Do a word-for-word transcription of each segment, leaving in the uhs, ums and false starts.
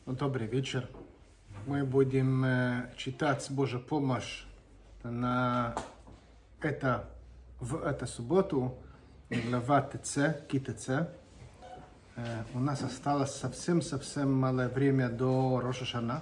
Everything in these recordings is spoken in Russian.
Добрый вечер. Мы будем э, читать с Божьей помощью на это, в эту субботу, глава ТЦ, КТЦ. Э, у нас осталось совсем-совсем малое время до Рош ха-Шана.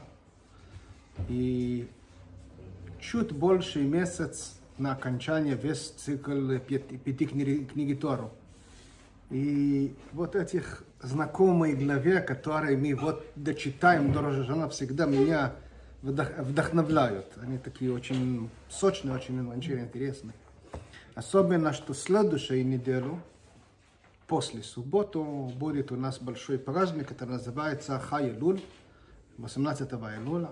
И чуть больше месяц на окончание весь цикл пяти, пяти книги Тору. И вот этих знакомые главе, которые мы вот дочитаем до Рош ха-Шана, всегда меня вдохновляют. Они такие очень сочные, очень, очень интересные. Особенно, что следующую неделю, после субботы, будет у нас большой праздник, который называется Ха-Элуль, восемнадцатого Элуля,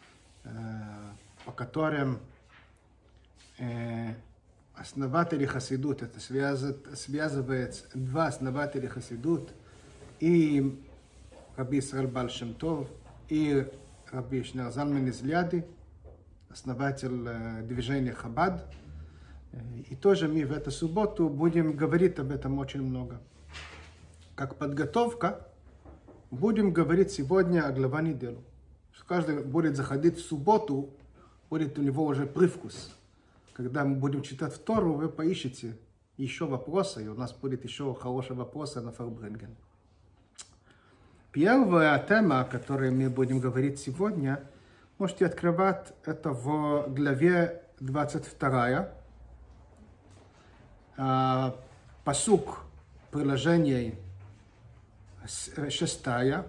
по которым основатели Хасидут, это связывает два основателя Хасидут, и Раби Исраэль Бааль Шем Тов, и Раби Шнeur Залман из Ляды, основатель движения Хабад. И тоже мы в эту субботу будем говорить об этом очень много. Как подготовка, будем говорить сегодня о глава недели. Каждый будет заходить в субботу, будет у него уже привкус. Когда мы будем читать Тору, вы поищите еще вопросы, и у нас будет еще хорошие вопросы на Фарбринген. Первая тема, о которой мы будем говорить сегодня, можете открывать это в главе двадцать вторая. Пасук приложения шестая.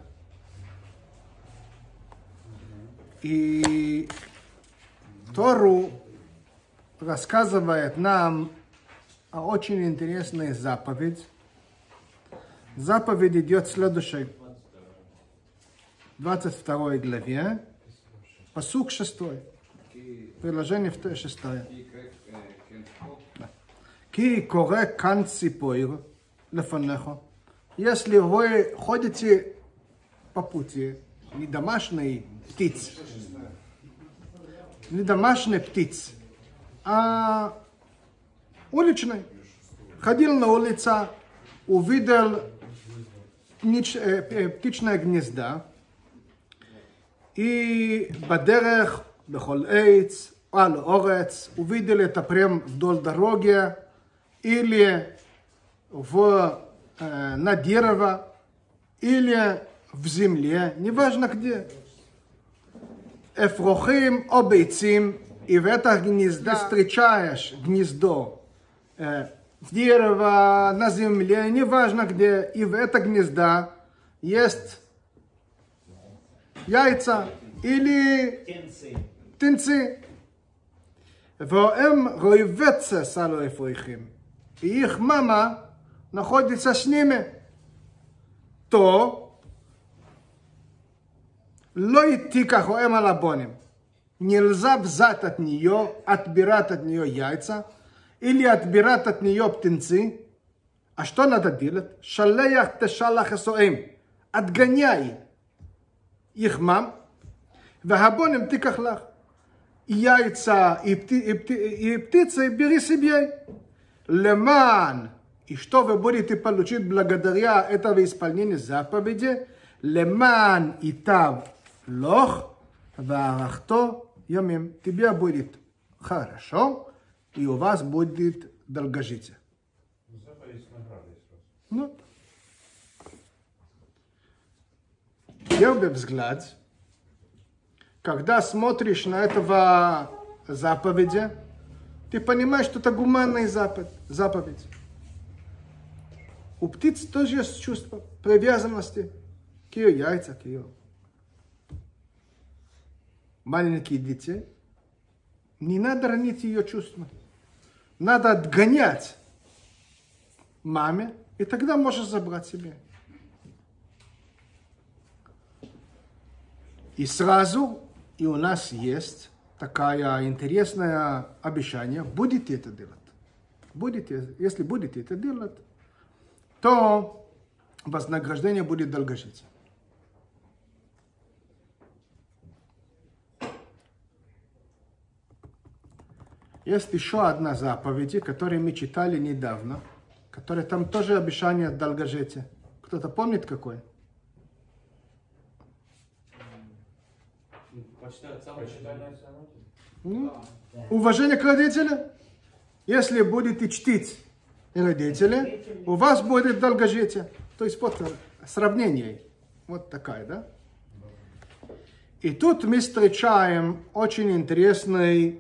И Тору рассказывает нам о очень интересной заповеди. Заповедь идет в следующей двадцать второй главе, пасук шестой, приложение шестое. Ки коре кан ципоир лефанехо. Если вы ходите по пути, не домашний птиц, не домашний птиц, а уличный. Ходил на улицу, увидел птичное гнездо, и бадерех, бехол эйц, ал орец, увидел это прямо вдоль дороги, или в, э, на дерево, или в земле, неважно где. Эфрохим, обейцим, и в это гнездо встречаешь гнездо, э, дерево, на земле, неважно где, и в это гнездо есть яйца или птенцы. Воэм роевется сало эфрохим. И их мама находится с ними, то ло идти кахоэм алабоним. Нельзя взять от нее, отбирать от нее яйца, или отбирать от нее птенцы. А что надо делать? Шалеях тешалах эсоэм. Отгоняй их мам. Вахабоним тикахлах. И яйца, и, пти, и, пти, и птицы бери себе. Леман. И что вы будете получить благодаря этого исполнения заповеди? Леман и тав лох, варахто ямим. Тебе будет хорошо, и у вас будет долгожитие. Ну. Первый взгляд, когда смотришь на этого заповеди, ты понимаешь, что это гуманная заповедь. У птиц тоже есть чувство привязанности к ее яйцам, к ее маленькие дети. Не надо ранить ее чувства. Надо отгонять маме, и тогда можешь забрать себе. И сразу и у нас есть такое интересное обещание. Будете это делать. Будете, если будете это делать, то вознаграждение будет долгожитие. Есть еще одна заповедь, которую мы читали недавно, которая там тоже обещание долгожития. Кто-то помнит какой? Ну, уважение к родителям. Если будете чтить родителей, у вас будет долгожитие. То есть вот сравнение. Вот такая, да? И тут мы встречаем очень интересный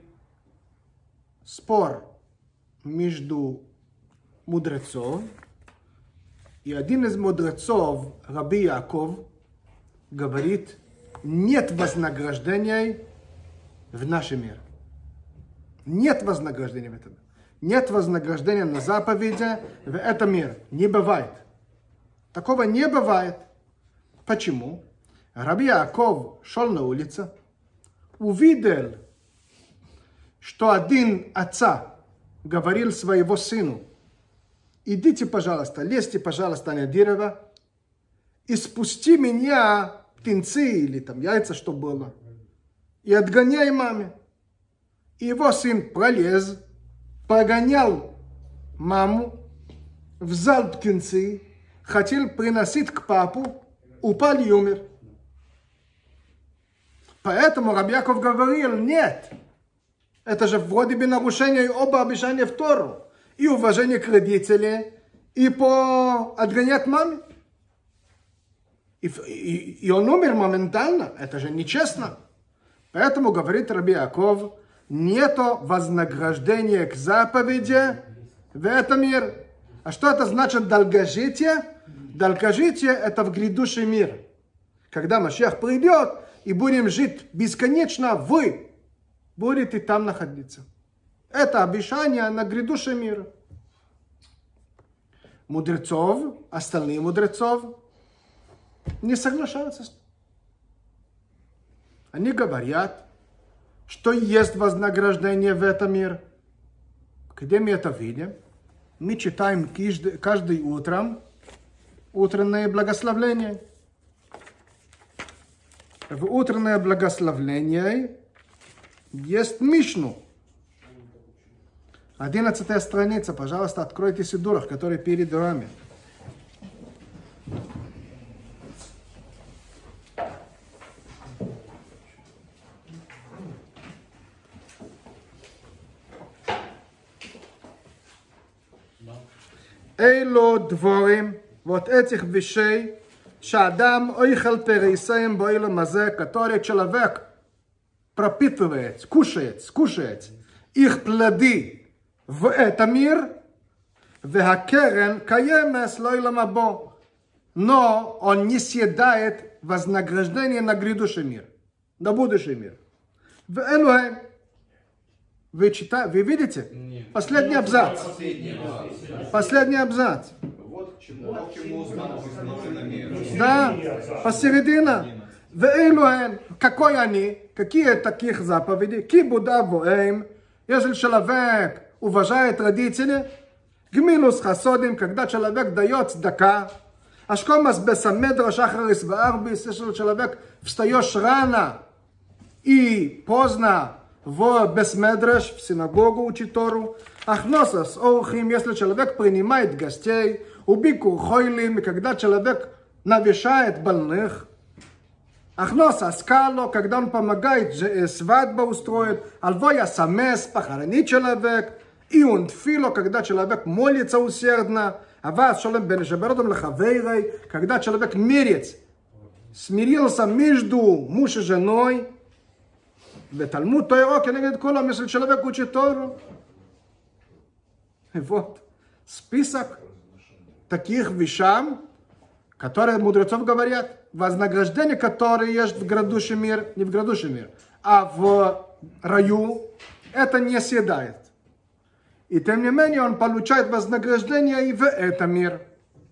спор между мудрецом. И один из мудрецов, Раби Яков, говорит, нет вознаграждения в нашем мире. Нет вознаграждения в этом. Нет вознаграждения на заповеди в этом мире. Не бывает. Такого не бывает. Почему? Раби Яков шел на улицу, увидел, что один отца говорил своего сыну, идите, пожалуйста, лезьте, пожалуйста, на дерево и спусти меня птенцы или там яйца, что было, и отгоняй маме. И его сын пролез, погонял маму, взял птенцы, хотел приносить к папу, упал и умер. Поэтому Раби Яков говорил, нет, это же вроде бы нарушение оба обещания в Тору. И уважение к родителям, и по отгонять маме. И, и, и он умер моментально. Это же нечестно. Поэтому, говорит Раби Яков, нету вознаграждения к заповеди в этом мире. А что это значит долгожитие? Долгожитие это в грядущий мир. Когда Машиах придет и будем жить бесконечно, вы будете там находиться. Это обещание на грядущий мир. Мудрецов, остальные мудрецов не соглашаются с ним. Они говорят, что есть вознаграждение в этом мире. Где мы это видим? Мы читаем каждый, каждый утром утреннее благословление. В утреннее благословление есть Мишну. Одиннадцатая страница, пожалуйста, откройте Сидурах, который перед вами. Эйло дворим, вот этих вещей, шадам ойхал перейсаем бойло мазе, который человек пропитывает, кушает, кушает их плоды в этом мир, והקרן קיימת לעולם הבא, но он не съедает вознаграждение на грядущий мир, на будущий мир. Вы, вы, читаете, вы видите? Нет. Последний абзац. Последний абзац. Вот к чему, вот к чему да, посередине. ואלוהן, какой они, какие таких заповеди, кибуда воэм, если человек уважает родителей, гмилус хасодим, когда человек дает цдака, ашкомас бесамедра шахарис ваарбис, если человек встаешь рано и поздно в бесмедраш, в синагогу учит Тору, ахносас орхим, если человек принимает гостей, убикур хойлим, когда человек навещает больных, ахноса скало, когда он помогает свадьбу устроить, альвоя самес, похоронить человек, и он тфило, когда человек молится усердно, авас шолем бен шаберодом лахавейрей, когда человек мерец, смирился между муж и женой, в Талмуд Тойро, кенегед колом, если человек учит Тору. И вот список таких вещей, которые мудрецов говорят, вознаграждение, которое есть в грядущем мире, не в грядущем мире, а в раю, это не съедает. И тем не менее он получает вознаграждение и в этом мире.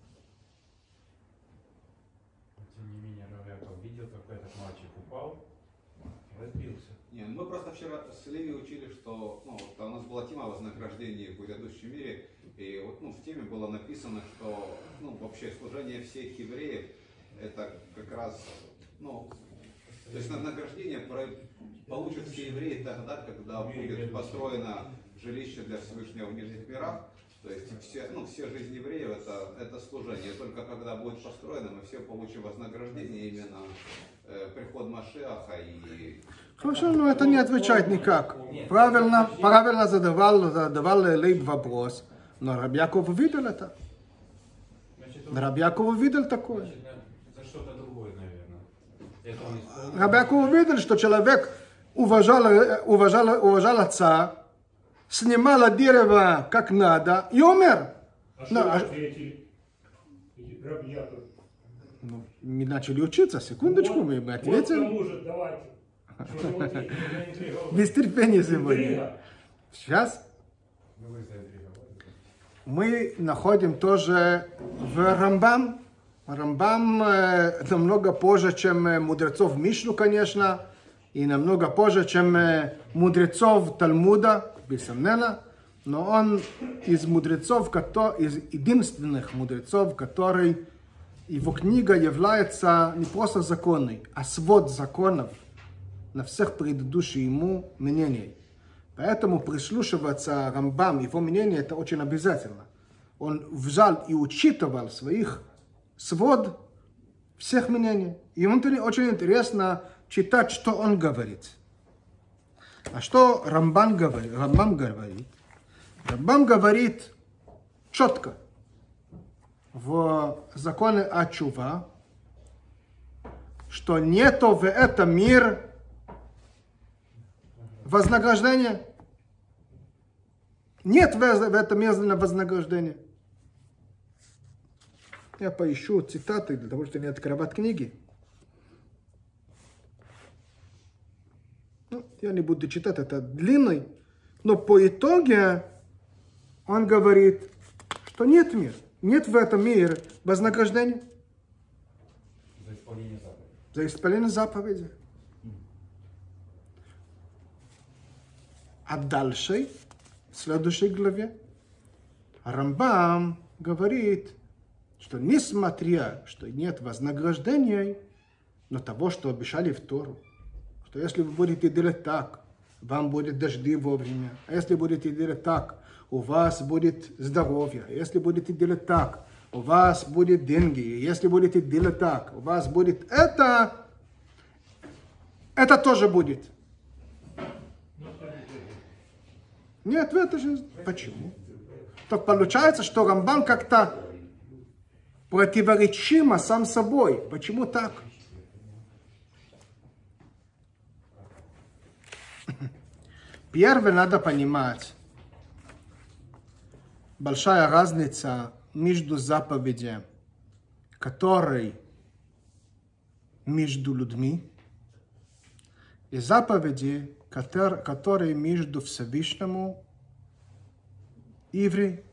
Тем не менее, я видел, как этот мальчик упал и разбился. Не, мы просто вчера с Леви учили, что ну, вот у нас была тема вознаграждения в грядущем мире, и вот ну, в теме было написано, что ну, вообще служение всех евреев это как раз, ну, то есть вознаграждение получат все евреи тогда, когда будет построено жилище для Всевышнего в нижних мирах. То есть все, ну, все жизнь евреев это, это служение. Только когда будет построено, мы все получим вознаграждение именно э, прихода приход Машиаха и... Хорошо, но это не отвечает никак. Правильно, правильно задавал, задавал Лейб вопрос, но Рабби Яков видел это. Рабби Яков видел такое. Значит, за что-то другое, наверное. Это он исполнил. Рабби Яков видел, что человек уважал, уважал, уважал отца, снимал дерево как надо и умер. А что Ну, вы а- ответили? Рабби Яков. Ну, мы начали учиться, секундочку, мы, мы Вот ответили. кому же, давайте. Что вы ответили? Я интригован. Без терпения сегодня. Интрига. Сейчас Ну, вы заинтриговали. мы находим тоже в Рамбам. Рамбам э, намного позже, чем э, мудрецов Мишну, конечно, и намного позже, чем э, мудрецов Талмуда, бессомненно. Но он из мудрецов, кото- из единственных мудрецов, который, его книга является не просто законной, а свод законов на всех предыдущих ему мнений. Поэтому прислушиваться Рамбам, его мнение, это очень обязательно. Он взял и учитывал своих свод всех мнений. И ему очень интересно читать, что он говорит. А что Рамбам говорит? Рамбам говорит, Рамбам говорит четко в законе Ачува, что нету в этом мире вознаграждения. Нет в этом мире вознаграждения. Я поищу цитаты для того, чтобы не открывать книги. Ну, я не буду читать, это длинный. Но по итоге он говорит, что нет мира. Нет в этом мире вознаграждения За исполнение заповедей. за исполнение заповедей. А дальше, в следующей главе, Рамбам говорит, что несмотря, что нет вознаграждения, но того, что обещали в Тору, что если вы будете делать так, вам будет дожди вовремя, а если будете делать так, у вас будет здоровье, а если будете делать так, у вас будет деньги, и если будете делать так, у вас будет это, это тоже будет. Нет, это же... Почему? Так получается, что Рамбам как-то противоречимо сам собой. Почему так? Первое, надо понимать, большая разница между заповедями, которые между людьми, и заповеди, которые между Всевышнему и евреем.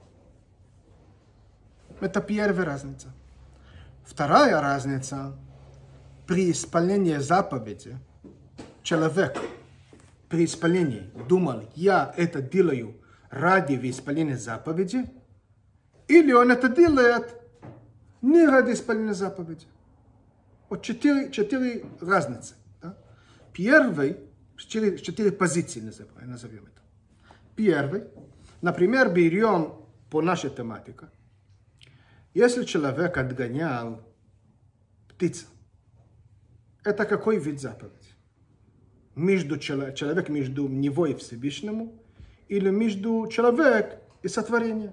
Это первая разница. Вторая разница, при исполнении заповеди, человек при исполнении думал, я это делаю ради исполнения заповеди, или он это делает не ради исполнения заповеди. Вот четыре, четыре разницы. Да? Первый, четыре, четыре позиции назовем, назовем это. Первый, например, берем по нашей тематике. Если человек отгонял птицу, это какой вид заповеди? Между человек между него и Всевышнему, или между человек и сотворением?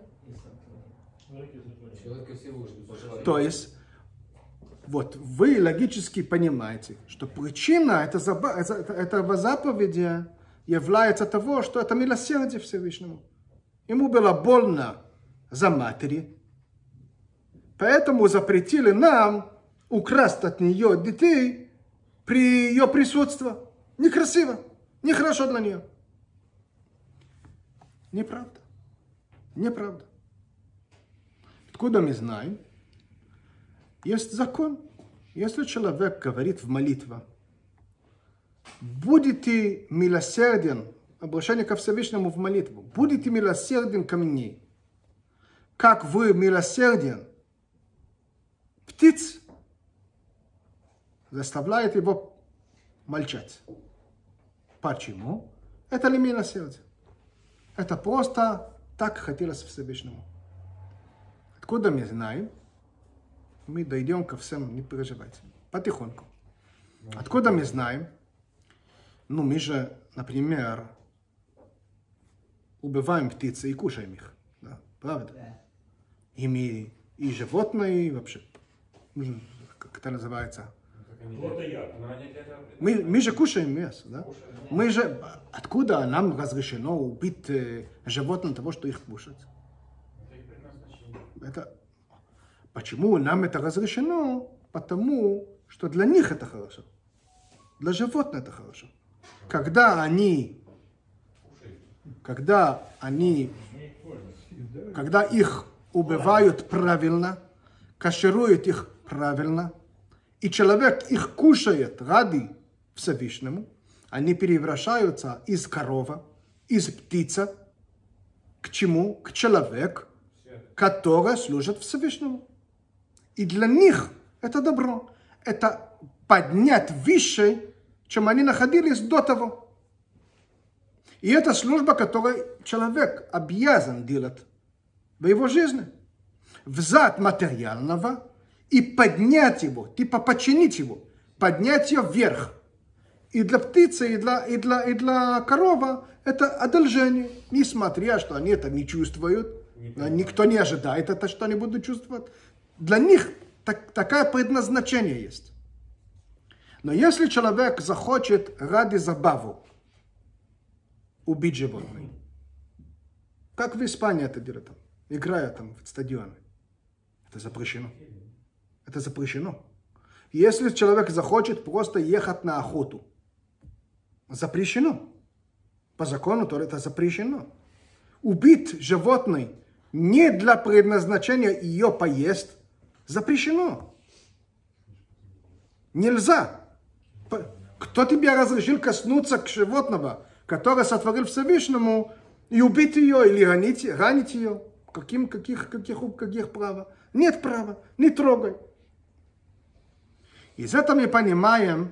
То есть, вот вы логически понимаете, что причина этого, этого заповеди является того, что это милосердие Всевышнему. Ему было больно за матери, поэтому запретили нам украсть от нее детей при ее присутствии. Некрасиво, нехорошо для нее. Неправда. Неправда. Откуда мы знаем? Есть закон. Если человек говорит в молитве, будете милосерден, обращение ко Всевышнему в молитву, будете милосерден ко мне, как вы милосерден птиц, заставляет его молчать. Почему? Это не милосердие. Это просто так хотелось Всевышнему. Откуда мы знаем? Мы дойдем ко всем, не переживайте. Потихоньку. Откуда мы знаем? Ну, мы же, например, убиваем птицы и кушаем их. Да? Правда? Да. И мы, и животные, и вообще, как это называется? Вот и я. Но они для этого Мы, мы же кушаем мясо, да? кушают. Мы же, откуда нам разрешено убить э, животных для того, что их кушать? Это их предназначение. Это... Почему нам это разрешено? Потому что для них это хорошо. Для животных это хорошо. Когда они, Кушают. когда они, когда их убивают правильно, кашируют их правильно, и человек их кушает ради Всевышнему, они превращаются из корова, из птицы, к чему? К человеку, который служит Всевышнему. И для них это добро. Это поднять выше, чем они находились до того. И это служба, которую человек обязан делать в его жизни. Взять материального и поднять его, типа починить его, поднять его вверх. И для птицы, и для, и для, и для коровы это одолжение. Несмотря, что они это не чувствуют, никто не ожидает это, что они будут чувствовать. Для них так, такое предназначение есть. Но если человек захочет ради забавы убить животное, как в Испании это делают, играют там в стадионе, это запрещено. Это запрещено. Если человек захочет просто ехать на охоту, запрещено. По закону то это запрещено. Убить животное не для предназначения ее поесть, запрещено. Нельзя. Кто тебе разрешил коснуться к животному, который сотворил Всевышнему, и убить ее или ранить, ранить ее? Каким, каких, каких, каких права? Нет права, не трогай. Из этого мы понимаем,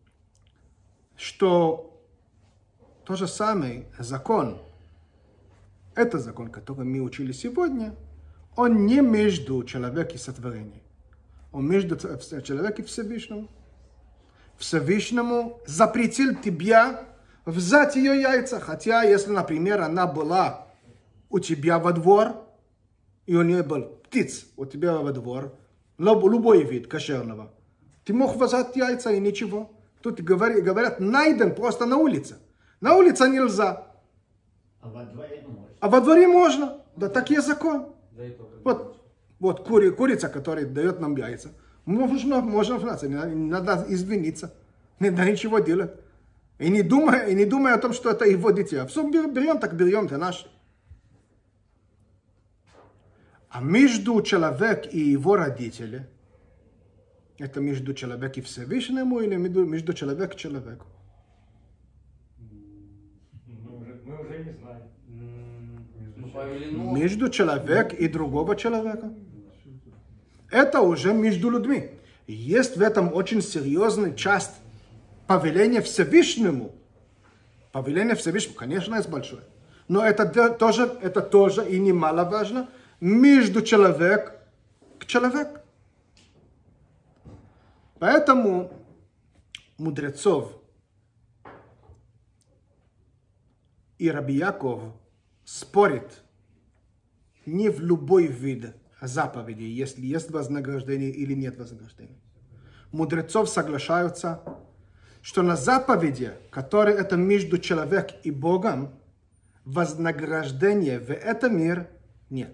что то же самое закон, это закон, который мы учили сегодня, он не между человеком и сотворением, он между человеком и Всевышним. Всевышнему запретил тебя взять ее яйца, хотя если, например, она была у тебя во двор, и у нее был птиц у тебя во двор, любой вид кошерного, ты мог взять яйца и ничего. Тут говорят, говорят, найден просто на улице. На улице нельзя. А во дворе можно. А во дворе можно. Да так и закон. Да и только Вот, вот кури, курица, которая дает нам яйца. Можно, можно знать, не надо, не надо извиниться. Не надо ничего делать. И не думай, и не думай о том, что это его дитя. Все берем, так берем, это наше. А между человеком и его родителями, это между человеком и Всевышнему или между, между человеком и человеку? Мы уже, мы уже не знаем. М, По велину. Между человеком и другого человека. Это уже между людьми. Есть в этом очень серьезная часть повеления Всевышнему. Повеление Всевышнему, конечно, есть большое. Но это тоже, это тоже и немаловажно между человеком к человеку. Поэтому мудрецов и Раби Яков спорит не в любой вид заповеди, если есть вознаграждение или нет вознаграждения. Мудрецов соглашаются, что на заповеди, которые это между человеком и Богом, вознаграждения в этом мире нет.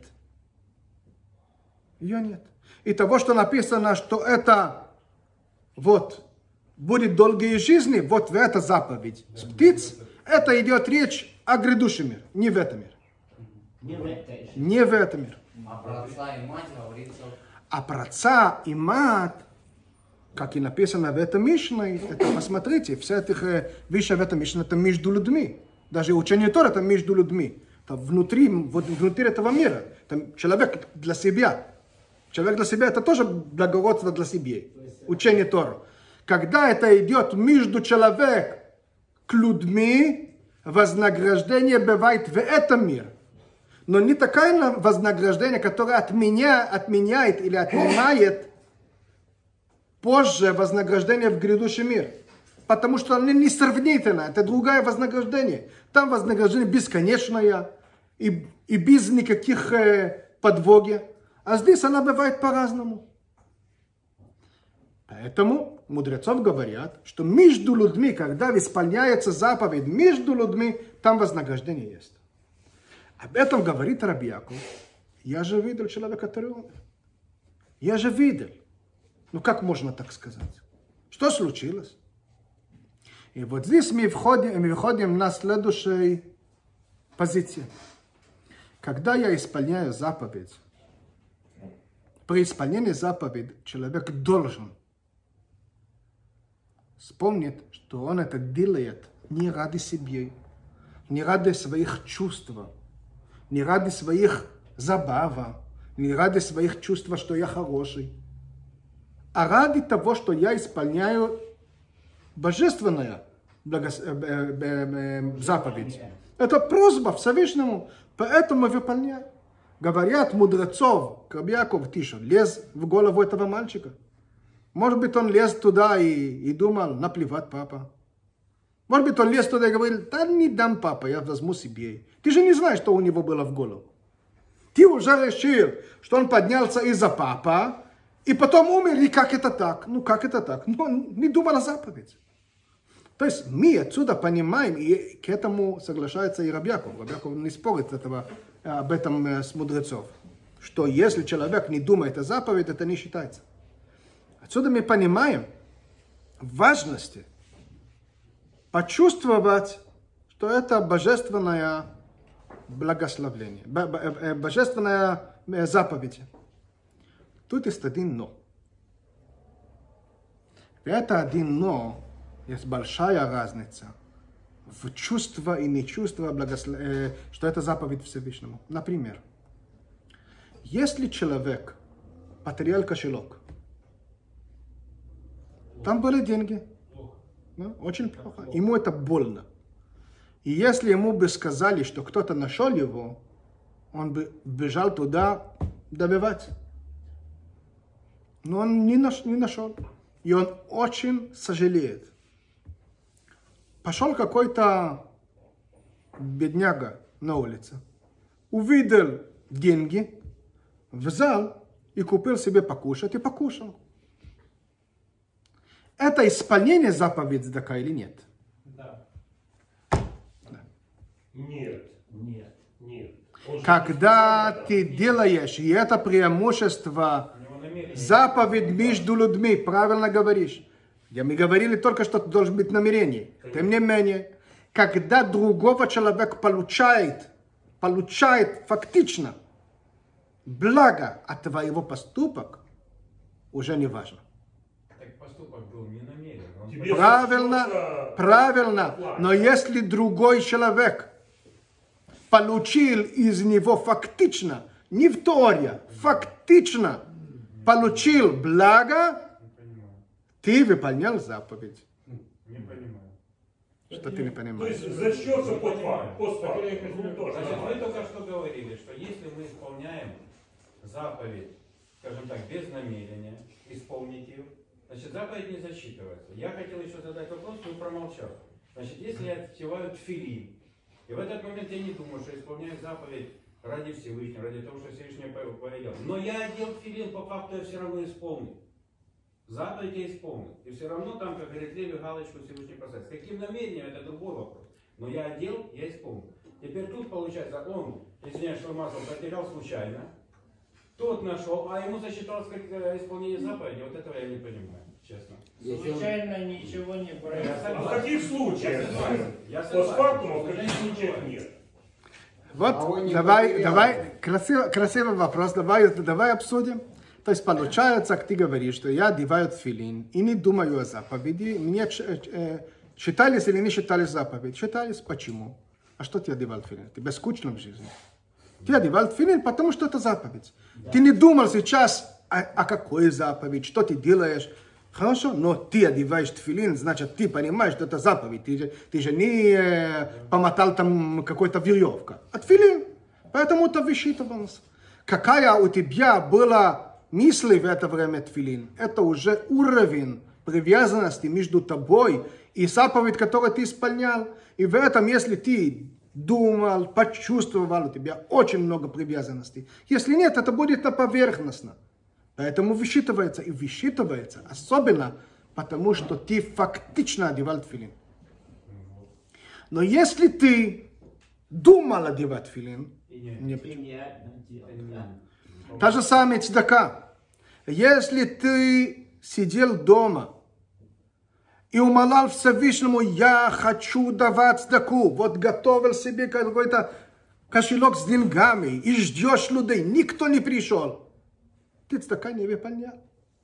Ее нет. И того, что написано, что это вот будет долгие жизни, вот в этой заповедь с птиц, это идет речь о грядущем мире, не в этом мире. Не в этой же. Не в этом мире. А про отца и мать говорится. А про отца и мать, как и написано в этом Мишне, это посмотрите, все эти вещи в этом Мишне, это между людьми. Даже учение Тора это между людьми. Это внутри, вот, внутри этого мира. Там человек для себя. Человек для себя это тоже благородство для себя. Учение Тора. Когда это идет между человеком к людьми, вознаграждение бывает в этом мире. Но не такое вознаграждение, которое отменя, отменяет или отнимает позже вознаграждение в грядущий мир. Потому что оно не сравнительно, это другое вознаграждение. Там вознаграждение бесконечное и, и без никаких э, подвоги. А здесь она бывает по-разному. Поэтому мудрецов говорят, что между людьми, когда исполняется заповедь, между людьми, там вознаграждение есть. Об этом говорит Раби Яков. Я же видел человека, который умер. Я же видел. Ну как можно так сказать? Что случилось? И вот здесь мы входим, мы выходим на следующей позиции. Когда я исполняю заповедь, при исполнении заповеди человек должен вспомнить, что он это делает не ради себя, не ради своих чувств, не ради своих забав, не ради своих чувств, что я хороший, а ради того, что я исполняю божественная благос... заповедь. Это просьба Всевышнему, поэтому выполняю. Говорят мудрецов, Раби Яков Тишин, лез в голову этого мальчика. Может быть, он лез туда и, и думал, наплевать папа. Может быть, он лез туда и говорил, да не дам папа, я возьму себе. Ты же не знаешь, что у него было в голову. Ты уже решил, что он поднялся из-за папа, и потом умер, и как это так? Ну, как это так? Ну, он не думал о заповеди. То есть мы отсюда понимаем, и к этому соглашается и Раби Яков. Раби Яков не спорит этого, об этом с мудрецов. Что если человек не думает о заповеди, это не считается. Отсюда мы понимаем важности почувствовать, что это божественное благословение, божественная заповедь. Тут есть один но. Это один но. Есть большая разница в чувство и нечувство, благослов... что это заповедь Всевышнему. Например, если человек потерял кошелек, там были деньги, да? Очень плохо, ему это больно. И если ему бы сказали, что кто-то нашел его, он бы бежал туда добивать. Но он не, наш... не нашел. И он очень сожалеет. Пошел какой-то бедняга на улице, увидел деньги, взял и купил себе покушать и покушал. Это исполнение заповеди цдака или нет? Да. Да. Нет. Нет. Нет. Когда ты делаешь, и это преимущество заповедь между людьми, правильно говоришь. Мы говорили только, что должен быть намерение. Тем не менее, когда другого человека получает, получает фактично благо от твоего поступка, уже не важно. Так поступок был не намерен. Он Тебе Правильно, что-то- правильно. Но если другой человек получил из него фактично, не в теории, фактично получил благо, ты выполнял заповедь. не понимаю. Что ты не То понимаешь? есть зачтется по факту. По факту. Ну, тоже Значит, вы нормально. только что говорили, что если мы исполняем заповедь, скажем так, без намерения, исполнить ее, значит, заповедь не засчитывается. Я хотел еще задать вопрос, но промолчал. Значит, если я одеваю тфилин, и в этот момент я не думаю, что исполняю заповедь ради Всевышнего, ради того, что Всевышний повелел. Но я одел тфилин, по факту я все равно исполнил. Заповедь я исполнил. И все равно там, как говорит Леви, галочку Всевышний поставит. С каким намерением, это другой вопрос. Но я одел, я исполнил. Теперь тут получается, он, извиняюсь, что мазал, потерял случайно. Тот нашел, а ему засчиталось как исполнение заповеди. Вот этого я не понимаю, честно. Случайно ничего не Я произошло. А в согласен. каких Я случаях? согласен. Я По согласен. факту, а в каких Случайно не случаях бывает. нет? Вот, А он не давай, потерял. давай, красивый, красивый вопрос, давай, давай обсудим. То есть получается, как ты говоришь, что я одеваю тфилин и не думаю о заповеди. Мне э, считались или не считались заповедь? Считались. Почему? А что ты одевал тфилин? Тебе скучно в жизни. Ты одевал тфилин, потому что это заповедь. Да. Ты не думал сейчас, о, о какой заповедь, что ты делаешь. Хорошо, но ты одеваешь тфилин, значит, ты понимаешь, что это заповедь. Ты же, ты же не э, помотал там какой-то веревка. А тфилин. Поэтому это высчитывалось. Какая у тебя была мысли в это время тфилин. Это уже уровень привязанности между тобой и заповедь, которую ты исполнял. И в этом, если ты думал, почувствовал, у тебя очень много привязанностей. Если нет, это будет на поверхностно. Поэтому высчитывается и высчитывается, особенно потому, что ты фактично одевал тфилин. Но если ты думал одевать тфилин, не та же самая цдака. Если ты сидел дома и умолял Всевышнему, я хочу давать цдаку, вот готовил себе какой-то кошелек с деньгами и ждешь людей, никто не пришел, ты цдака не выполнял.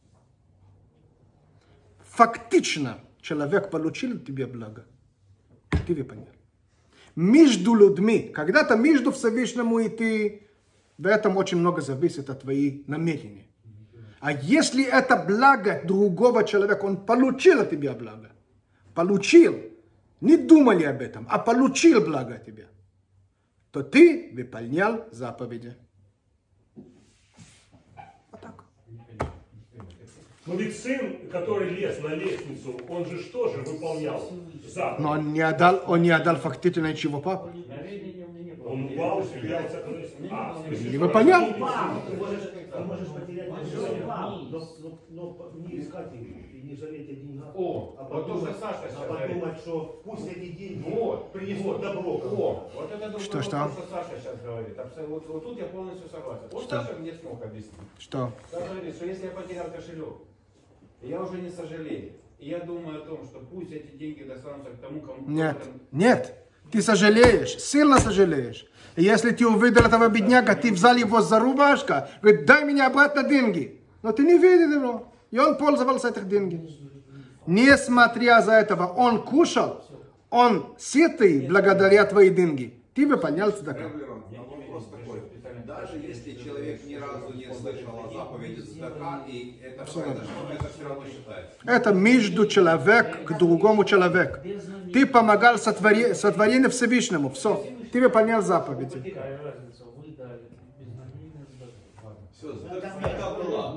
Фактично человек получил тебе благо, ты выполнял. Между людьми, когда-то между Всевышнему и ты, в этом очень много зависит от твоих намерений. А если это благо другого человека, он получил от тебя благо, получил, не думали об этом, а получил благо от тебя, то ты выполнял заповеди. Вот так. Но ведь сын, который лез на лестницу, он же что же выполнял заповедь? Но он не отдал, он не отдал фактически ничего папе. Он упал, смеялся. А, Не выполнял. Ты можешь, ты можешь потерять жизнь, но, но, но не искать их и не жалеть о деньгах. О, а вот то, подумать, что Саша а сейчас подумать, говорит. что пусть эти деньги Вот, принесут вот, добро. О, вот это другое, Что, вот что? то, что Саша сейчас говорит. Абсолютно. Вот, вот тут я полностью согласен. Вот Что? Саша мне смог объяснить. Что? Саша говорит, что если я потерял кошелек, я уже не сожалею. И я думаю о том, что пусть эти деньги достанутся к тому, кому... Нет, кто-то- нет. Ты сожалеешь, сильно сожалеешь. И если ты увидел этого бедняка, ты взял его за рубашку, говорит, дай мне обратно деньги. Но ты не видел его. И он пользовался этих деньги. Несмотря за этого, он кушал, он сытый благодаря твои деньги. Ты выполнял цдака. Реброн, а вопрос такой. Даже если человек ни разу не слышал о заповеди цдака, и это произошло, это все равно считается. Это между человек к другому человеку. Ты помогал сотвори, сотворению Всевышнему. Все. Ты выполнял заповеди. Какая разница, вы дали безнамеренно сдали. Все, цдака была.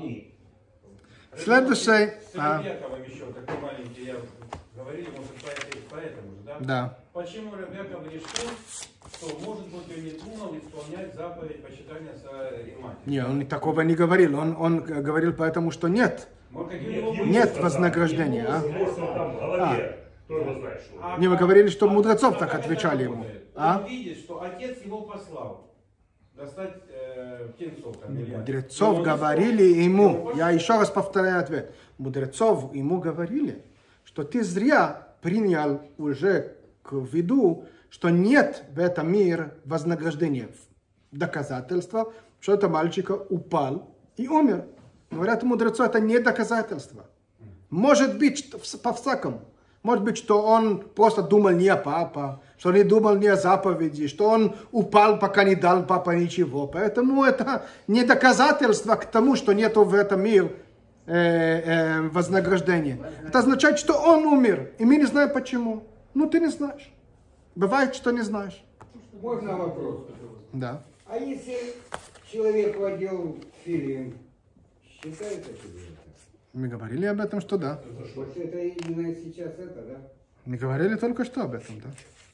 Следующий. С А, Ребяковым еще такой маленький, я говорили, может, поэтому, поэтому же, да? да. Почему Ребяков решил, что, может быть, он не думал исполнять заповедь почитания своей матери? Не, он такого не говорил. Он, он говорил поэтому, что нет. Может, какие у Нет, него ему были- Нет сказали, вознаграждения, а? ему просто там в голове, кто его знает, что. А Не, вы как- говорили, что а мудрецов как так это отвечали ему. работает? А? Он видит, что отец его послал достать э, птенцов. Там, или- Мудрецов И он говорили исполнил. ему, И я он еще раз повторяю ответ, мудрецов ему говорили, что ты зря принял уже к виду, что нет в этом мире вознаграждения. Доказательства, что это мальчика упал и умер. Говорят мудрецу, это не доказательство. Может быть, по-всякому. Может быть, что он просто думал не о папе, что не думал не о заповеди, что он упал, пока не дал папа ничего. Поэтому это не доказательство к тому, что нету в этом мире э, э, вознаграждения. Это означает, что он умер, и мы не знаем почему. Ну, ты не знаешь. Бывает, что не знаешь. Можно вопрос? Да. А если человек одел филин, считается тебе это? Мы говорили об этом, что да. Вот это именно сейчас это, да? Мы говорили только что об этом, да.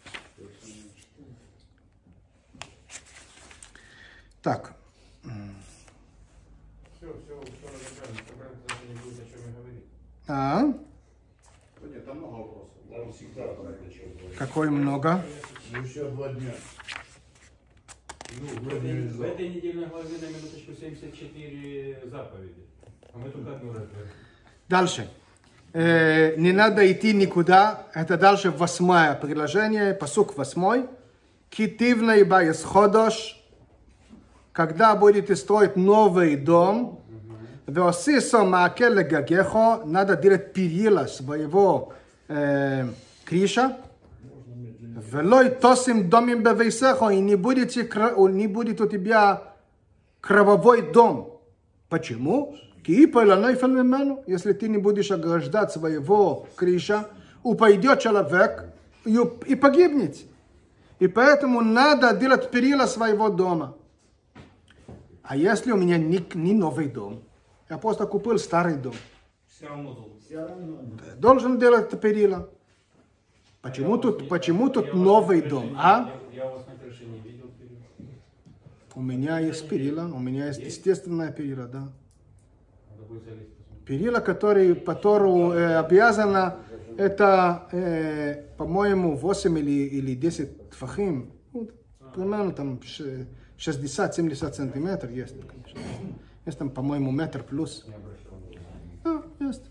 Так. Все, все, все разобрали. Собрали, даже не будет о чем и говорить. А? Ну, нет, там много вопросов. Нам всегда знает, о чем говорить. Какой много? Еще два дня. Ну, В вроде этой, не в знаю. этой недельной главе на минуточку семьдесят четыре заповеди. А мы только одну разберем. Дальше. Э, не надо идти никуда. Это дальше восьмое предложение, посук восьмой. Китивна и байсходош. Когда будете строить новый дом, веосисо маакеле гагехо, надо делать перила своего э, крыша. Велой тосим домим бевейсехо, и не будете, не будет у тебя кровавой дом. Почему? Если ты не будешь ограждать своего крыша, упадет человек и, и погибнет. И поэтому надо делать перила своего дома. А если у меня не, не новый дом, Я просто купил старый дом. Все равно должен. Все равно. Должен делать это перила. Почему тут, почему тут новый дом, а? Я у вас на крыше не видел перил. У меня есть перила, у меня есть естественная перила, да. Надо будет залезть посмотреть. Перила, которые, которую э, обязана, это, э, по-моему, восемь или, или десять тфахим. Ну, примерно там шестьдесят-семьдесят сантиметров есть, конечно. Есть там, по-моему, метр плюс. Да, есть.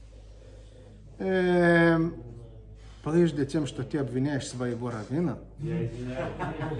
Э, прежде тем, что ты обвиняешь своего раввина, Я извиняюсь.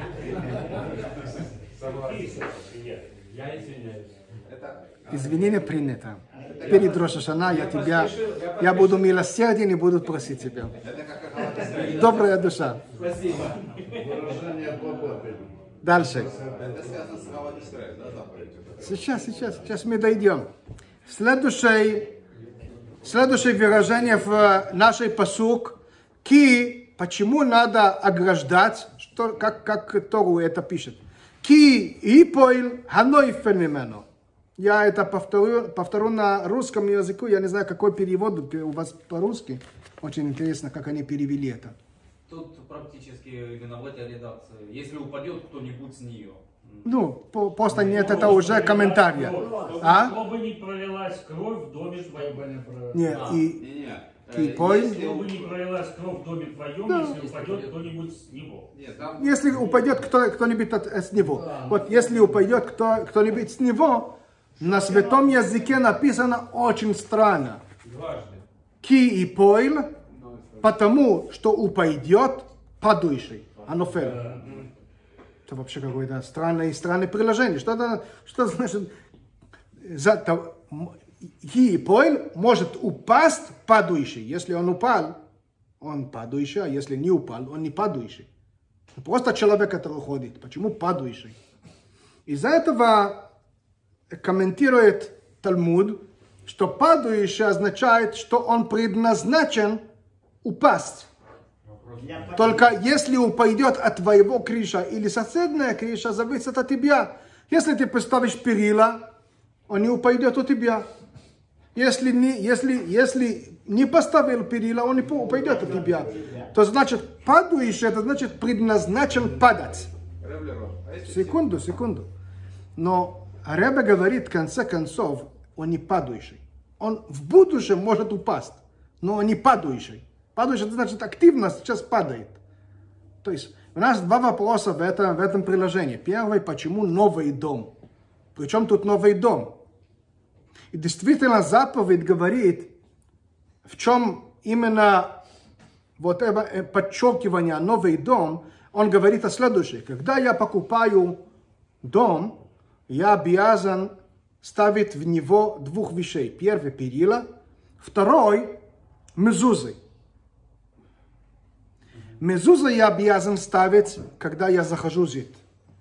Согласен. Я извиняюсь. извинение принято. Перед Рош ха-Шана я тебя, я буду милосерден и буду просить тебя. Добрая душа. Спасибо. Выражение глубокое. Дальше. Это связано с Авод Исраэль, да, заповедь? Сейчас, сейчас, сейчас мы дойдем. Следующее, следующее выражение в нашей пасук. Ки, почему надо ограждать, что, как, как Тору это пишет. Ки и поил ханой феномену. Я это повторю, повторю на русском языку. Я не знаю, какой перевод у вас по-русски. Очень интересно, как они перевели это. Тут практически именно в этой редакции. Если упадет кто-нибудь с нее. Ну, по- просто нет, это уже комментария. А? Чтобы не пролилась кровь в доме твоем. Нет, А. и Не-не. Ки э, поил. если Чтобы у- не пролилась кровь в доме твоем, Да. если упадет кто-нибудь с него. Нет, там Если упадет кто, кто-нибудь от- с него. Вот если упадет кто, кто-нибудь с него, на святом языке написано очень странно. Дважды. Ки и поил, потому что упадет падающий. Анофель. Это вообще какое-то странное, странное приложение. Что это, что значит? За, то, м- Ки и поил может упасть падающий. Если он упал, он падающий, а если не упал, он не падающий. Просто человек, который ходит. Почему падающий? Из-за этого комментирует Талмуд, что падающий означает, что он предназначен упасть. Только если упадет от твоего крыша или соседняя крыша, зависит от тебя. Если ты поставишь перила, он не упадет у тебя. Если не, если, если не поставил перила, он не упадет от тебя. То значит, падающий, это значит предназначен падать. Ревлер, а если Секунду, секунду. Но Ребе говорит, в конце концов, он не падающий. Он в будущем может упасть, но он не падающий. Падающий, это значит, активно сейчас падает. То есть, у нас два вопроса в этом, в этом приложении. Первый, почему новый дом? Причем тут новый дом? И действительно, заповедь говорит, в чем именно вот это подчеркивание новый дом, он говорит о следующем. Когда я покупаю дом, я обязан ставить в него двух вещей. Первый – перила, второй – мезузы. Мезузы я обязан ставить, когда я захожу жить.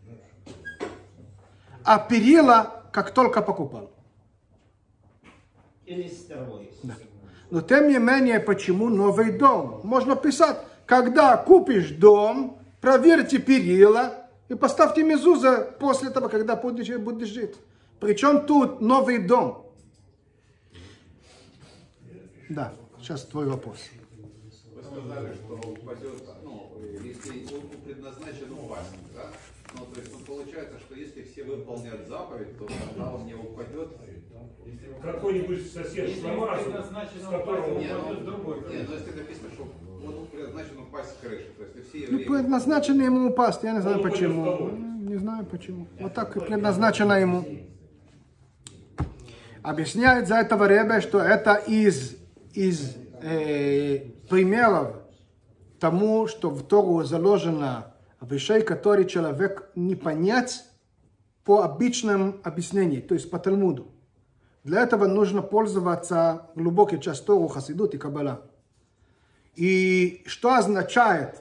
А перила, как только покупал. Или второй. Да. Но тем не менее, почему новый дом? Можно писать, когда купишь дом, проверьте перила и поставьте мезуза после того, когда будешь, будешь жить. Причем тут новый дом. Да, сейчас твой вопрос. вы сказали, что упадет, ну, если он предназначен упасть, да? Ну, то есть, ну, получается, что если все выполнят заповедь, то тогда он не упадет. Какой-нибудь сосед Если с ему намазом, предназначено с которого упасть, Нет, упадет ну, другой. нет, но если написано, что он предназначен упасть с крыши, то есть и все Ну, евреи... предназначено ему упасть, я не знаю Он упадет почему. в кого? Не знаю почему. Вот так и предназначено ему. Объясняет за этого Ребе, что это из, из э, примеров тому, что в Тору заложено вещей, которые человек не понять по обычным объяснениям, то есть по Талмуду. Для этого нужно пользоваться глубокой частью Тору, Хасидут и Каббала. И что означает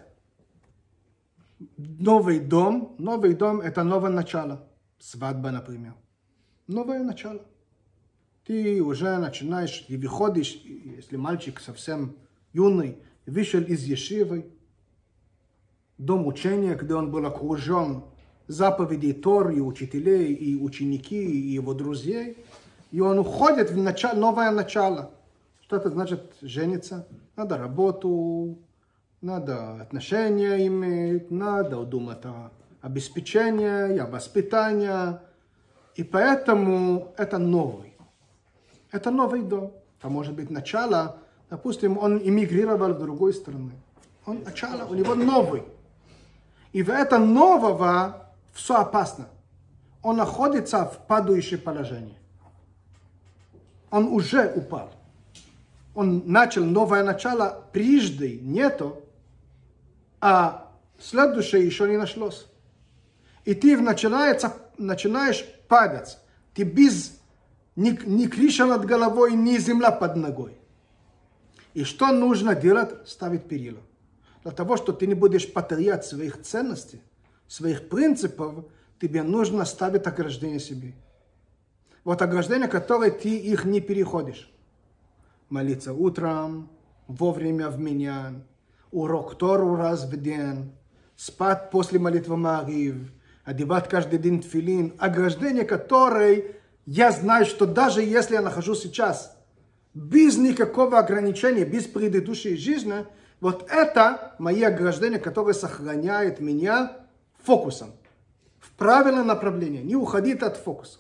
новый дом? Новый дом – это новое начало. Свадьба, например. Новое начало. Ты уже начинаешь и выходишь, если мальчик совсем юный, вышел из ешивы, дом учения, где он был окружен заповедей Торы, и учителей, и ученики, и его друзей. и он уходит в начало, новое начало. Что это значит жениться? Надо работу, надо отношения иметь, надо думать о обеспечении, о воспитании. И поэтому это новый. Это новый дом. А может быть начало, допустим, он эмигрировал в другую страну. Он начало, у него новый. И в этом нового все опасно. Он находится в падающем положении. Он уже упал. Он начал новое начало, прежде нету, а следующее еще не нашлось. И ты начинается, начинаешь падать. Ты без ни, ни крыша над головой, ни земля под ногой. И что нужно делать? Ставить перила. Для того, чтобы ты не будешь потерять своих ценностей, своих принципов, тебе нужно ставить ограждение себе. Вот ограждение, которое ты их не переходишь. Молиться утром, вовремя в миньян, урок Тору раз в день, спать после молитвы Маарив, одевать каждый день тфилин. Ограждение, которое я знаю, что даже если я нахожусь сейчас без никакого ограничения, без предыдущей жизни, вот это мои ограждения, которые сохраняют меня фокусом, в правильное направление, не уходить от фокуса.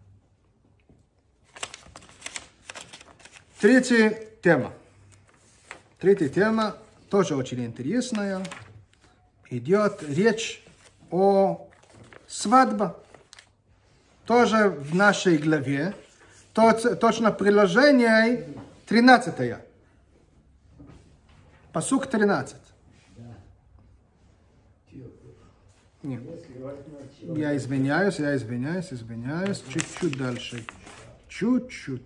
Третья тема. Третья тема тоже очень интересная. Идет речь о свадьбе. Тоже в нашей главе. Точно приложение тринадцатое. Пасук тринадцать. Нет. Я извиняюсь, я извиняюсь, извиняюсь. Чуть-чуть дальше. Чуть-чуть.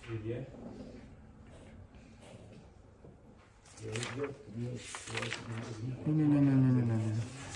Не-не-не-не-не-не.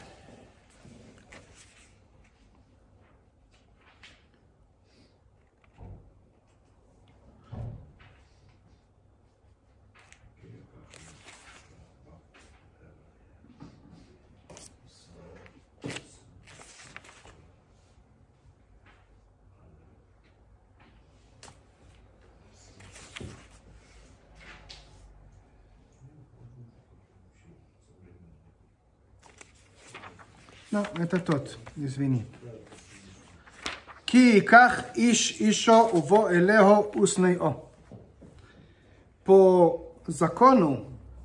Ну, это тот, извини. Ки ках иш ишо уво элего уснео. По закону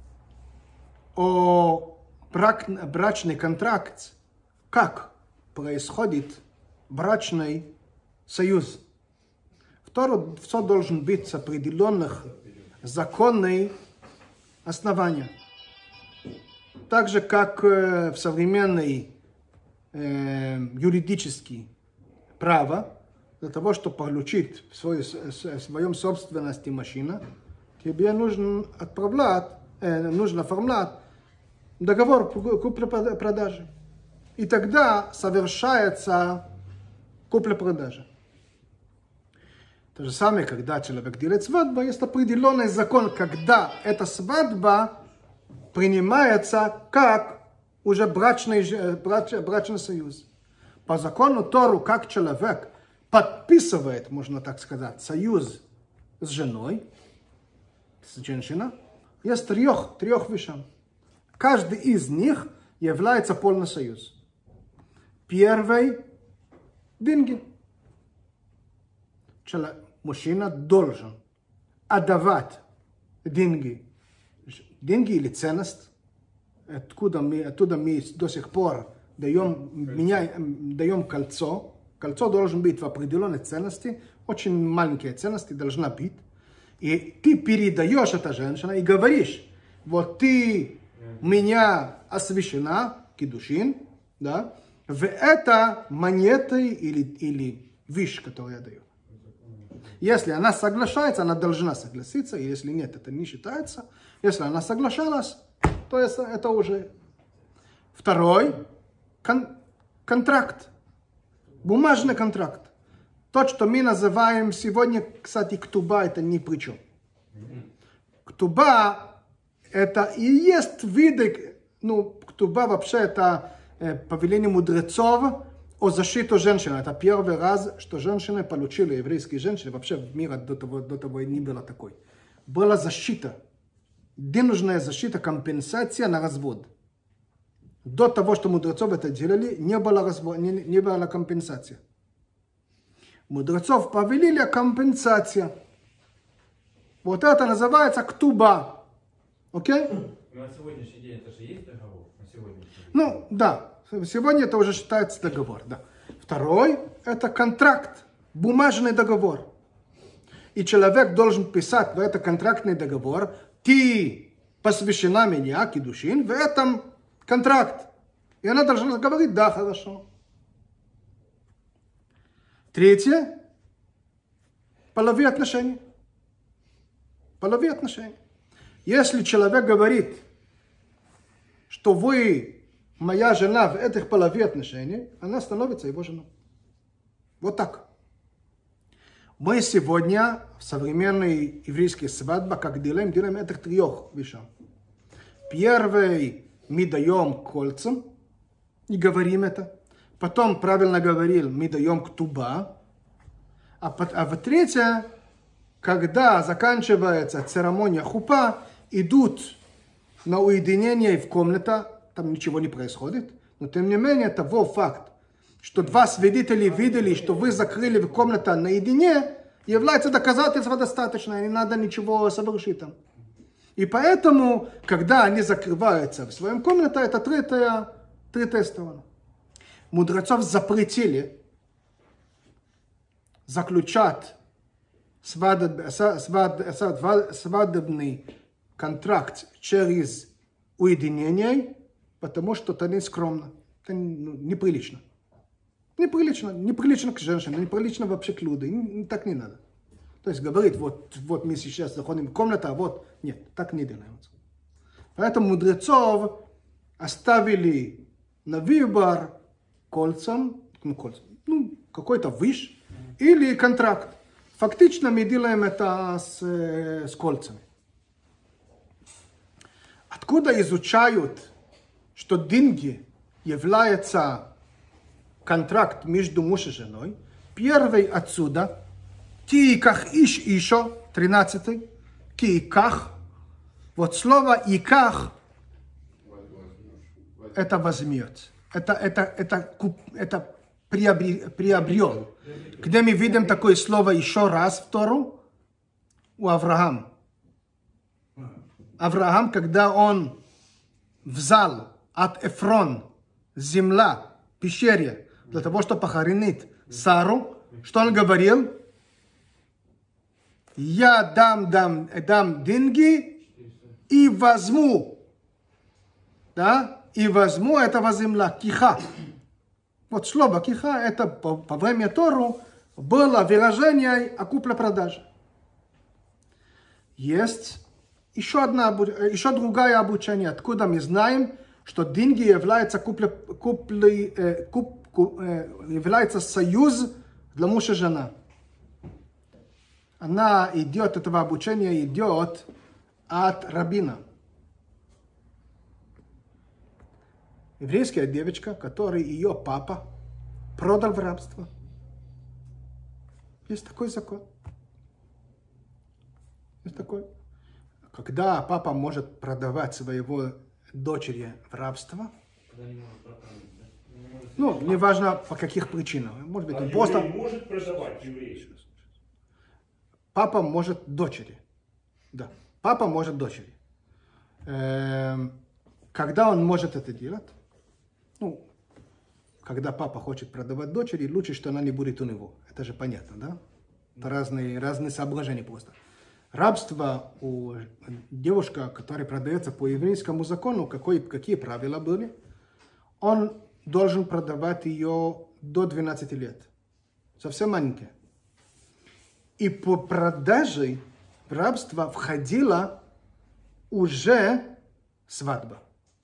о брак, брачный контракт, как происходит брачный союз. Второе, все должен быть с определенных законных оснований. Так же, как в современной э, юридический право, для того, чтобы получить в своей, в своем собственности машину, тебе нужно отправлять, э, нужно оформлять договор купли-продажи. И тогда совершается купля-продажа. То же самое, когда человек делает свадьбу, есть определенный закон, когда эта свадьба принимается как уже брачный, брач, брачный союз. По закону Тору, как человек подписывает, можно так сказать, союз с женой, с женщиной, есть трех, трех вещей. Каждый из них является полный союз. Первый – деньги. Человек, мужчина должен отдавать деньги. Деньги или ценность. Откуда мы, оттуда мы до сих пор даем, меняем, даем кольцо. Кольцо должен быть в определенной ценности. Очень маленькие ценности должна быть. И ты передаешь это женщине и говоришь, вот ты меня освящена, кидушин, да, в это монеты или, или вещь, которую я даю. Если она соглашается, она должна согласиться, и если нет, это не считается. Если она соглашалась, то это, это уже второй кон, контракт, бумажный контракт. То, что мы называем сегодня, кстати, ктуба, это ни при чем. Ктуба это и есть виды, ну, ктуба вообще это э, повеление мудрецов, о защиту женщины. Это первый раз, что женщины получили, еврейские женщины, вообще в мире до того, до того не было такой. Была защита, денежная защита, компенсация на развод. До того, что мудрецов это делали, не было, развод, не, не было компенсации. Мудрецов повелели компенсация. Вот это называется ктуба. Окей? На сегодняшний день это же есть договор? На сегодняшний день? Ну, да. Сегодня это уже считается договор. Да. Второй – это контракт, бумажный договор. И человек должен писать в этот контрактный договор: ты посвящена меня, кидушин, в этом контракт. И она должна говорить: да, хорошо. Третье – половые отношения. Половые отношения. Если человек говорит, что вы моя жена в этих половых отношениях, она становится его женой. Вот так. Мы сегодня в современной еврейской свадьбе, как делаем, делаем этих трех вещей. Первый мы даем кольцам и говорим это. Потом, правильно говорил, мы даем ктуба. А, а в третье, когда заканчивается церемония хупа, идут на уединение в комнату, там ничего не происходит. Но тем не менее, того факт, что два свидетеля видели, что вы закрыли в комнату наедине, является доказательством достаточно, не надо ничего совершить там. И поэтому, когда они закрываются в своем комнате, это третья, третья сторона. Мудрецов запретили заключать свадеб, свад, свад, свадебный контракт через уединение, потому что это не скромно, это неприлично. Неприлично, неприлично к женщинам, неприлично вообще к людям, так не надо. То есть говорит, вот, вот мы сейчас заходим в комнату, а вот, нет, так не делается. Поэтому мудрецов оставили на выбор кольцам, ну, кольцам, ну какой-то виш или контракт. Фактично мы делаем это с, с кольцами. Откуда изучают, что деньги являются контракт между мужем и женой? Первый отсюда, кииках иш ишо, тринадцатый, кииках. Вот слово иках, это возьмет, это, это, это, это приобрел. Где мы видим такое слово еще раз в Тору? У Авраама. Авраам, когда он взял от Эфрон земля, пещере, для того, чтобы похоронить Сару, что он говорил? Я дам, дам, дам деньги и возьму, да, и возьму этого земля, киха. Вот слово киха, это по, по времени Тору было выражение о купле-продаже. Есть еще одна, еще другое обучение, откуда мы знаем, что деньги являются, купле, купле, э, куп, куп, э, является союз для мужа и жены. Она идет, этого обучения идет от раббина. Еврейская девочка, которой ее папа продал в рабство. Есть такой закон. Есть такой. Когда папа может продавать своего дочери в рабство, ну, неважно по каких причинах. Может быть, а он просто... может продавать еврей? Папа может дочери. Да, папа может дочери. Эм, когда он может это делать? Ну, когда папа хочет продавать дочери, лучше, что она не будет у него. Это же понятно, да? Это разные, разные соображения просто. Рабство у девушка, которая продается по еврейскому закону, какой, какие правила были? Он должен продавать ее до двенадцати лет. Совсем маленькая. И по продаже в рабство входила уже свадьба.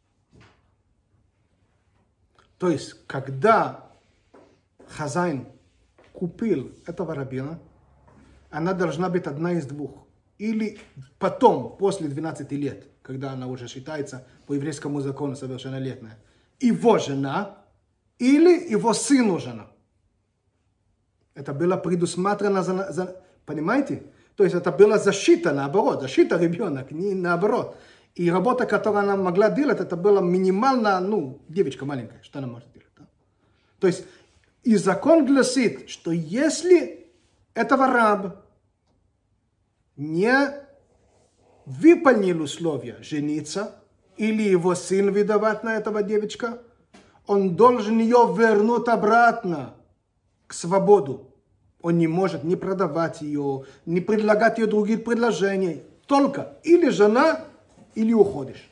То есть, когда хозяин купил этого рабина, она должна быть одна из двух. Или потом, после двенадцати лет, когда она уже считается по еврейскому закону совершеннолетняя, его жена, или его сыну жена. Это было предусмотрено, за, за, понимаете? То есть это была защита, наоборот, защита ребенок, не наоборот. И работа, которую она могла делать, это была минимально, ну, девочка маленькая, что она может делать. Да? То есть, и закон гласит, что если этого раба не выполнил условия жениться, или его сын выдавать на этого девочка, он должен ее вернуть обратно к свободу. Он не может не продавать ее, не предлагать ее другие предложения. Только или жена, или уходишь.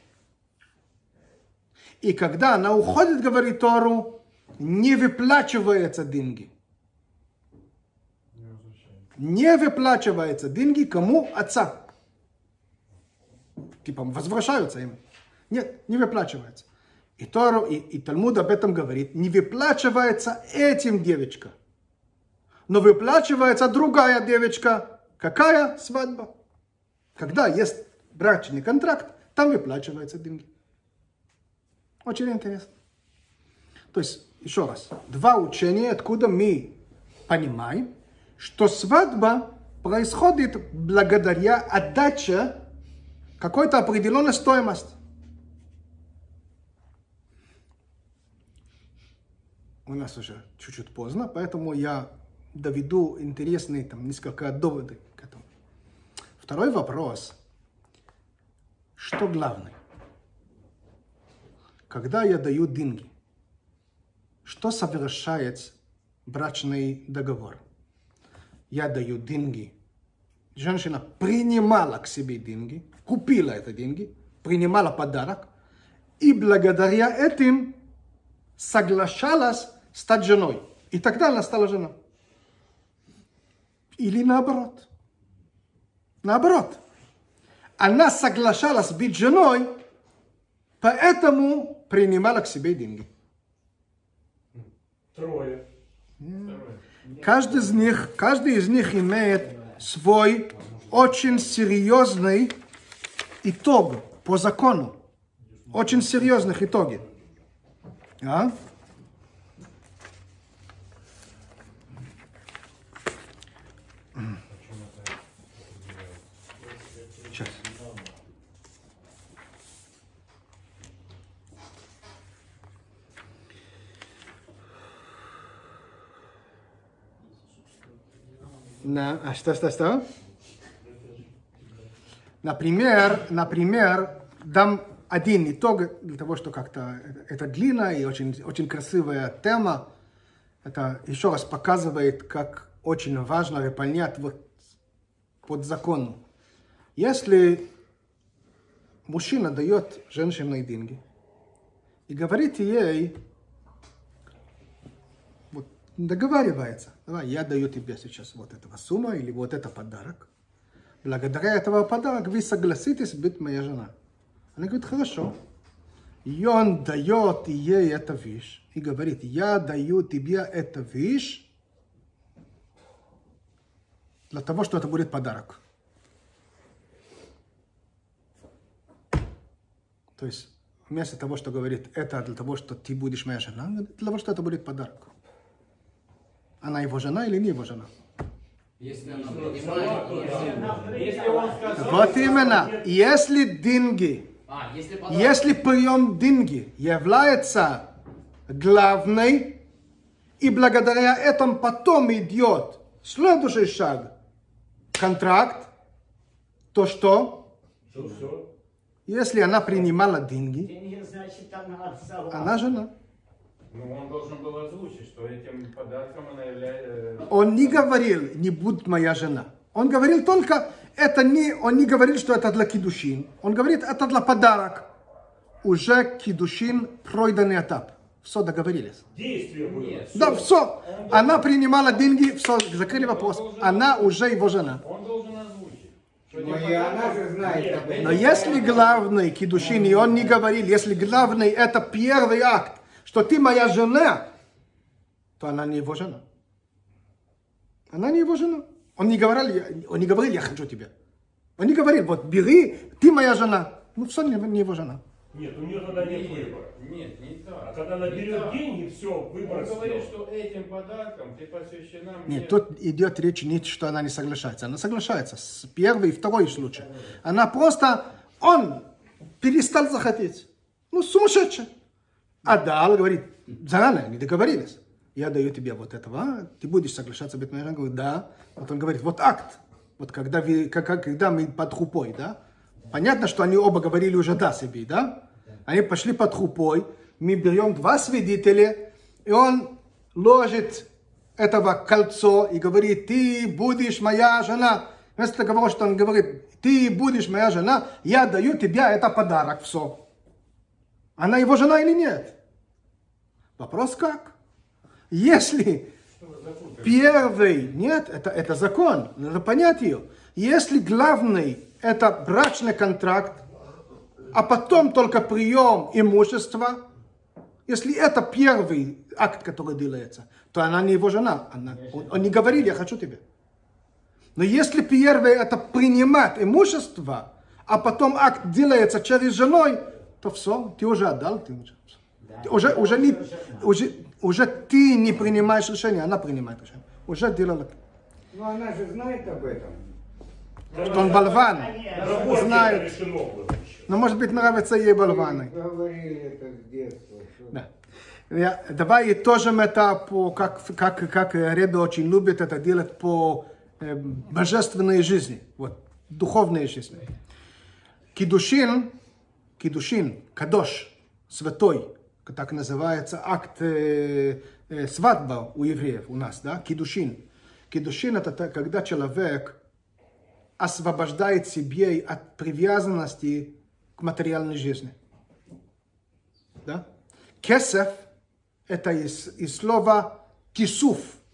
И когда она уходит, говорит Тору, не выплачиваются деньги. Не выплачиваются деньги кому? Отца. Типа возвращаются им. Нет, не выплачивается. И Тору, и, и Талмуд об этом говорит. Не выплачивается этим девочка. Но выплачивается другая девочка. Какая? Свадьба. Когда есть брачный контракт, там выплачиваются деньги. Очень интересно. То есть, еще раз, два учения, откуда мы понимаем, что свадьба происходит благодаря отдаче какой-то определенной стоимости. У нас уже чуть-чуть поздно, поэтому я доведу интересные там несколько доводов к этому. Второй вопрос. Что главное? Когда я даю деньги, что совершает брачный договор? Я даю деньги. Женщина принимала к себе деньги, купила эти деньги, принимала подарок, и благодаря этим соглашалась стать женой. И тогда она стала женой. Или наоборот. Наоборот. Она соглашалась быть женой, поэтому принимала к себе деньги. Трое. Каждый из них, каждый из них имеет свой очень серьезный итог по закону. Очень серьезных итогов. А? Сейчас. На, а что, что, что? Например, например, дам один итог для того, что как-то это длинная и очень, очень красивая тема. Это еще раз показывает, как очень важно выполнять вот под законом. Если мужчина дает женщине деньги и говорит ей, вот договаривается, давай, я даю тебе сейчас вот этого сумма или вот это подарок. Благодаря этого подарка вы согласитесь быть моя жена. Она говорит, хорошо. И он дает ей эту вещь и говорит, я даю тебе эту вещь для того, что это будет подарок. То есть, вместо того, что говорит, это для того, что ты будешь моя жена, для того, что это будет подарок. Она его жена или не его жена? Если она принимает, Если он сказал, Вот именно. Если деньги, а, если подарок, если прием деньги является главной, и благодаря этому потом идет следующий шаг, контракт, то что? Все, все. Если она принимала деньги, Деньги, значит, она отдала. она жена. ну, он должен был озвучить, что этим подарком она является... Он не говорил, не будь моя жена. Он говорил только, это не, он не говорил, что это для кидушин. Он говорит, это для подарок. Уже кидушин пройденный этап. Все, договорились. Действие было. Нет. Да, все. Она принимала деньги, все, закрыли вопрос. Она уже его жена. Он должен озвучить. Что Ну этим и она подарком- же знает об этом. Но если главный кидушин, и он не говорил, если главный это первый акт, что ты моя жена, то она не его жена. Она не его жена. Он не говорил, я- он не говорил, я хочу тебя. Он не говорил, вот бери, ты моя жена. Ну все, не, не его жена. Нет, у нее тогда нет Нет, выбора. нет, не так. А когда она Не берет так. деньги, все, выбор Он говорит, сделан. что этим подарком ты посвящена мне. Нет, тут идет речь не, что она не соглашается. Она соглашается с первый и второй случай. Она просто, он перестал захотеть. Ну, сумасшедший. Отдал, говорит, заранее, не договорились. Я даю тебе вот этого, а? Ты будешь соглашаться об этом? Я говорю, да. Вот он говорит, вот акт. Вот когда, вы, как, когда мы под хупой, да? Понятно, что они оба говорили уже да себе, да? Они пошли под хупой. Мы берем два свидетеля, и он ложит этого кольцо и говорит, ты будешь моя жена. Вместо того, что он говорит, ты будешь моя жена, я даю тебе это подарок, все. Она его жена или нет? Вопрос как? Если первый, нет, это, это закон, надо понять ее. Если главный это брачный контракт, а потом только прием имущества, если это первый акт, который делается, то она не его жена. Она, он, он не говорил, я хочу тебя. Но если первый это принимать имущество, а потом акт делается через женой, то все, ты уже отдал, ты уже, ты уже, уже, не, уже, уже ты не принимаешь решение, она принимает решение. Уже делала. Ну она же знает об этом. Что он болван, Работе знает. это решено было еще. Но может быть нравится ей болваны. Вы говорили это с детства. что- Да. Я, давай итожим это по, как, как, как Ребе очень любит это делать по э, божественной жизни, вот, духовной жизни. Кидушин, кидушин, кадош, святой, так называется акт э, э, свадьба у евреев, у нас, да, кидушин. Кидушин это когда человек освобождает себя от привязанности к материальной жизни. Да? Кесев это из, из слова кисуф,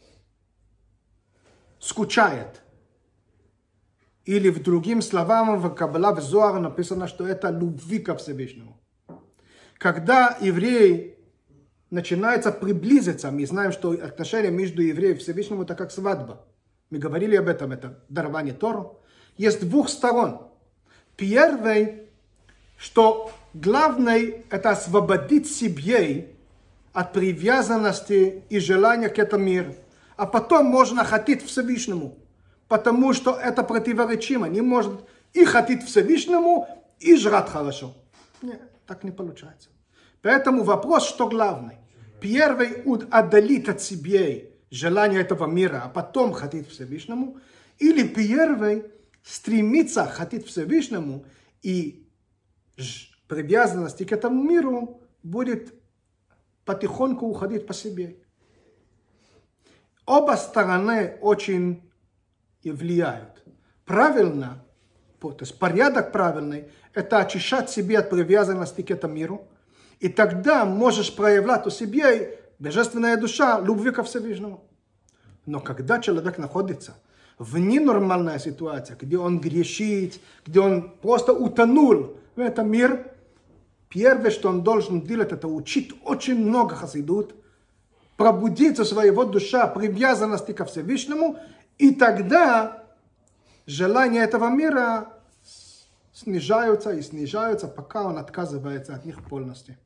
скучает. Или в другим словам в Каббала, в Зоар написано, что это любви ко Всевышнему. Когда еврей начинается приблизиться, мы знаем, что отношения между евреем и Всевышним это как свадьба. Мы говорили об этом, это дарование Тору. Есть двух сторон. Первый, что главное это освободить себя от привязанности и желания к этому миру. А потом можно хотеть Всевышнему. Потому что это противоречимо. Не может и хотеть Всевышнему, и жрать хорошо. Нет, так не получается. Поэтому вопрос, что главный. Первый отдалить от себя желание этого мира, а потом хотеть Всевышнему. Или первый стремиться хотеть Всевышнему, и привязанность к этому миру будет потихоньку уходить по себе. Оба стороны очень влияют. Правильно, то есть порядок правильный, это очищать себя от привязанности к этому миру. И тогда можешь проявлять у себя божественная душа любви ко Всевышнему. Но когда человек находится в ненормальной ситуации, где он грешит, где он просто утонул в этом мире, первое, что он должен делать, это учить очень много хасидут, пробудиться своего душа, привязанности ко Всевышнему, и тогда желания этого мира снижаются и снижаются, пока он отказывается от них полностью.